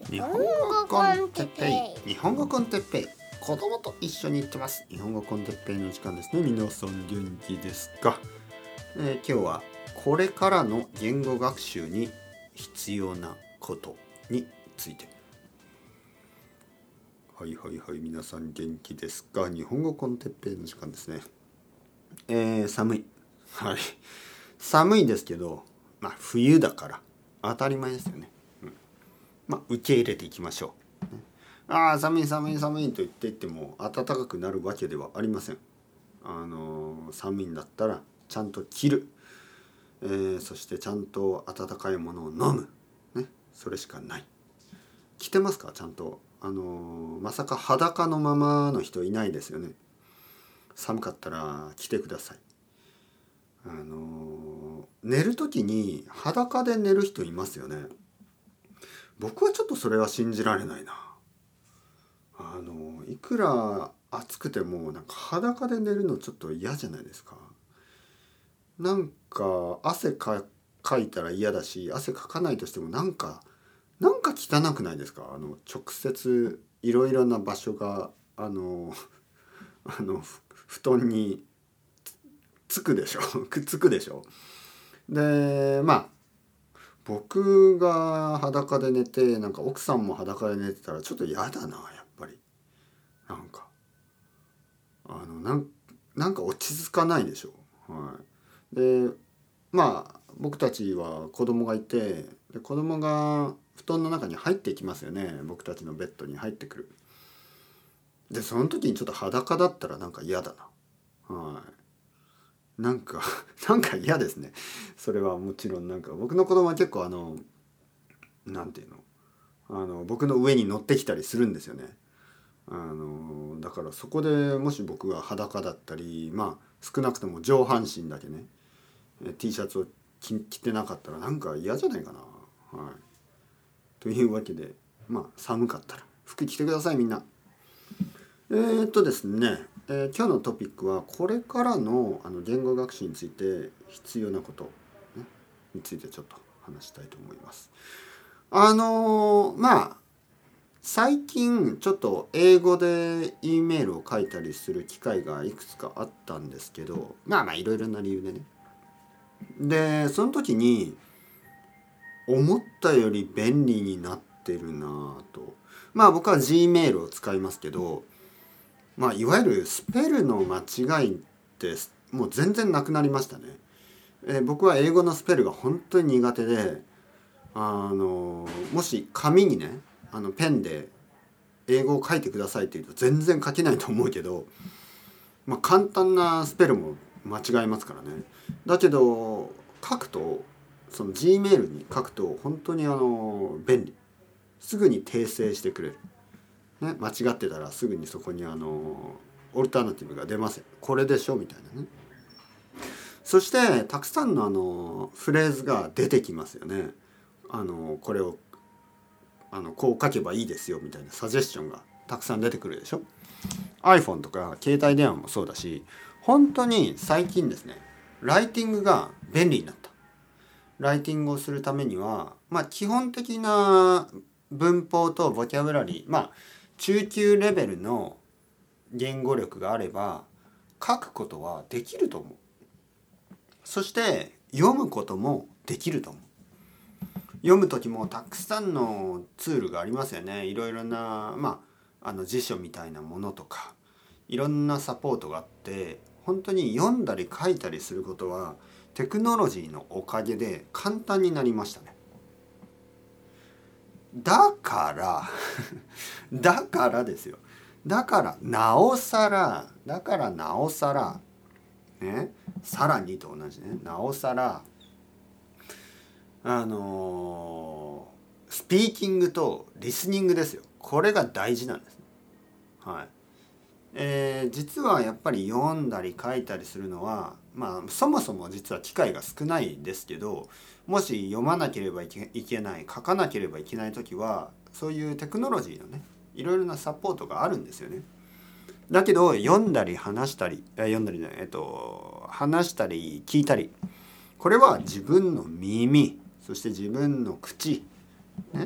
日本語コンテッペイ、日本語コンテッペイ、子供と一緒に行ってます。日本語コンテッペイの時間ですね。皆さん元気ですか？今日はこれからの言語学習に必要なことについて。はい皆さん元気ですか？日本語コンテッペイの時間ですね。寒い。はい。寒いですけど、冬だから当たり前ですよね。受け入れていきましょう。寒いと言っていっても暖かくなるわけではありません。寒いんだったらちゃんと着る、そしてちゃんと温かいものを飲む、それしかない。着てますか？ちゃんと。まさか裸のままの人いないですよね。寒かったら着てください。寝る時に裸で寝る人いますよね。僕はちょっとそれは信じられないな。いくら暑くても裸で寝るのちょっと嫌じゃないですか。汗かいたら嫌だし、汗かかないとしてもなんか汚くないですか？直接いろいろな場所が布団につくでしょくっつくでしょ。で僕が裸で寝て奥さんも裸で寝てたらちょっと嫌だな、やっぱり。なんか落ち着かないでしょ。で僕たちは子供がいて、で子供が布団の中に入っていきますよね。僕たちのベッドに入ってくる。でその時にちょっと裸だったら嫌だな。なんか嫌ですね。それはもちろん僕の子供は結構なんていうの、僕の上に乗ってきたりするんですよね。だからそこでもし僕が裸だったり、少なくとも上半身だけね、T シャツを着てなかったら嫌じゃないかな。というわけで寒かったら服着てください、みんな。ですね、今日のトピックはこれからの言語学習について必要なこと、についてちょっと話したいと思います。最近ちょっと英語で E メールを書いたりする機会がいくつかあったんですけど、いろいろな理由でね。でその時に思ったより便利になってるなぁと。僕は G メールを使いますけど、いわゆるスペルの間違いってもう全然なくなりましたね。僕は英語のスペルが本当に苦手で、もし紙にねペンで英語を書いてくださいって言うと全然書けないと思うけど、簡単なスペルも間違えますからね。だけど書くと、その G メールに書くと本当に便利。すぐに訂正してくれる。間違ってたらすぐにそこにオルタナティブが出ますよ。これでしょみたいなね。そしてたくさんのフレーズが出てきますよね。これをこう書けばいいですよみたいなサジェッションがたくさん出てくるでしょ。 iPhone とか携帯電話もそうだし、本当に最近ですね、ライティングが便利になった。ライティングをするためには基本的な文法とボキャブラリー、中級レベルの言語力があれば書くことはできると思う。そして読むこともできると思う。読む時もたくさんのツールがありますよね。いろいろな、辞書みたいなものとかいろんなサポートがあって、本当に読んだり書いたりすることはテクノロジーのおかげで簡単になりましたね。だからですよ。だからなおさらね、さらにと同じね、なおさらスピーキングとリスニングですよ。これが大事なんですね。実はやっぱり読んだり書いたりするのはそもそも実は機会が少ないですけど、もし読まなければいけない、書かなければいけない時はそういうテクノロジーのね、いろいろなサポートがあるんですよね。だけど読んだり話したり話したり聞いたり、これは自分の耳、そして自分の口、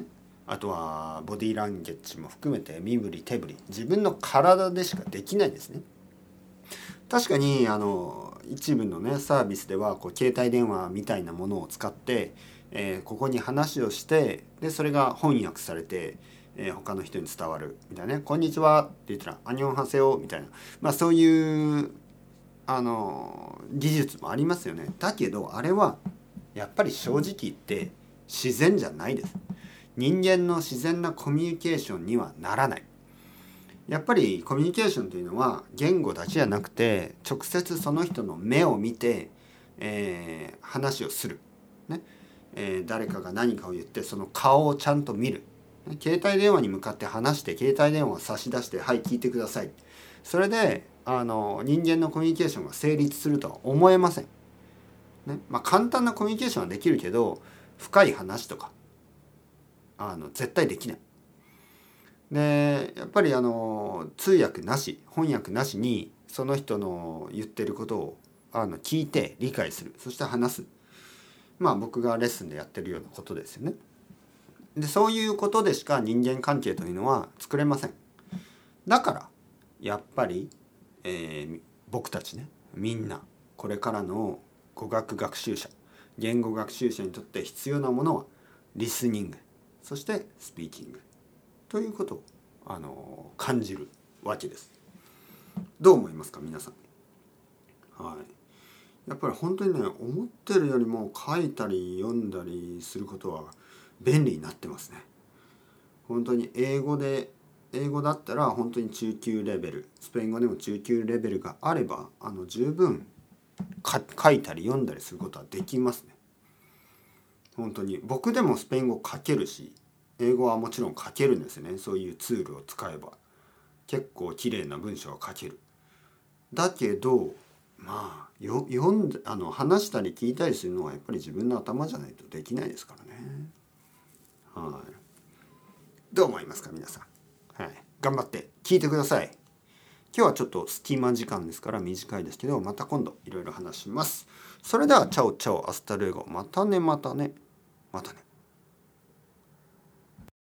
あとはボディーランゲージも含めて身振り手振り、自分の体でしかできないですね。確かに一部のねサービスではこう携帯電話みたいなものを使って、ここに話をして、でそれが翻訳されて、他の人に伝わるみたいなね。こんにちはって言ったらアニョンハセヨみたいな、まあそういう技術もありますよね。だけどあれはやっぱり正直言って自然じゃないです。人間の自然なコミュニケーションにはならない。やっぱりコミュニケーションというのは言語だけじゃなくて、直接その人の目を見て、話をする、ね誰かが何かを言ってその顔をちゃんと見る。携帯電話に向かって話して、携帯電話を差し出してはい聞いてください、それで人間のコミュニケーションが成立するとは思えません、ね。まあ簡単なコミュニケーションはできるけど、深い話とか絶対できない。でやっぱり通訳なし翻訳なしにその人の言ってることを聞いて理解する、そして話す。まあ僕がレッスンでやってるようなことですよね。でそういうことでしか人間関係というのは作れません。だからやっぱり、僕たちね、みんなこれからの語学学習者、言語学習者にとって必要なものはリスニング、そしてスピーキングということを感じるわけです。どう思いますか皆さん。はい、やっぱり本当にね、思ってるよりも書いたり読んだりすることは便利になってますね。本当に英語だったら本当に中級レベル、スペイン語でも中級レベルがあれば十分書いたり読んだりすることはできますね。本当に僕でもスペイン語書けるし、英語はもちろん書けるんですよね。そういうツールを使えば結構綺麗な文章を書ける。だけどまあ読んで話したり聞いたりするのはやっぱり自分の頭じゃないとできないですからね。はい。どう思いますか皆さん。はい。頑張って聞いてください。今日はちょっと隙間時間ですから短いですけど、また今度いろいろ話します。それではチャオチャオアスタルエゴ、またねまたねまたね。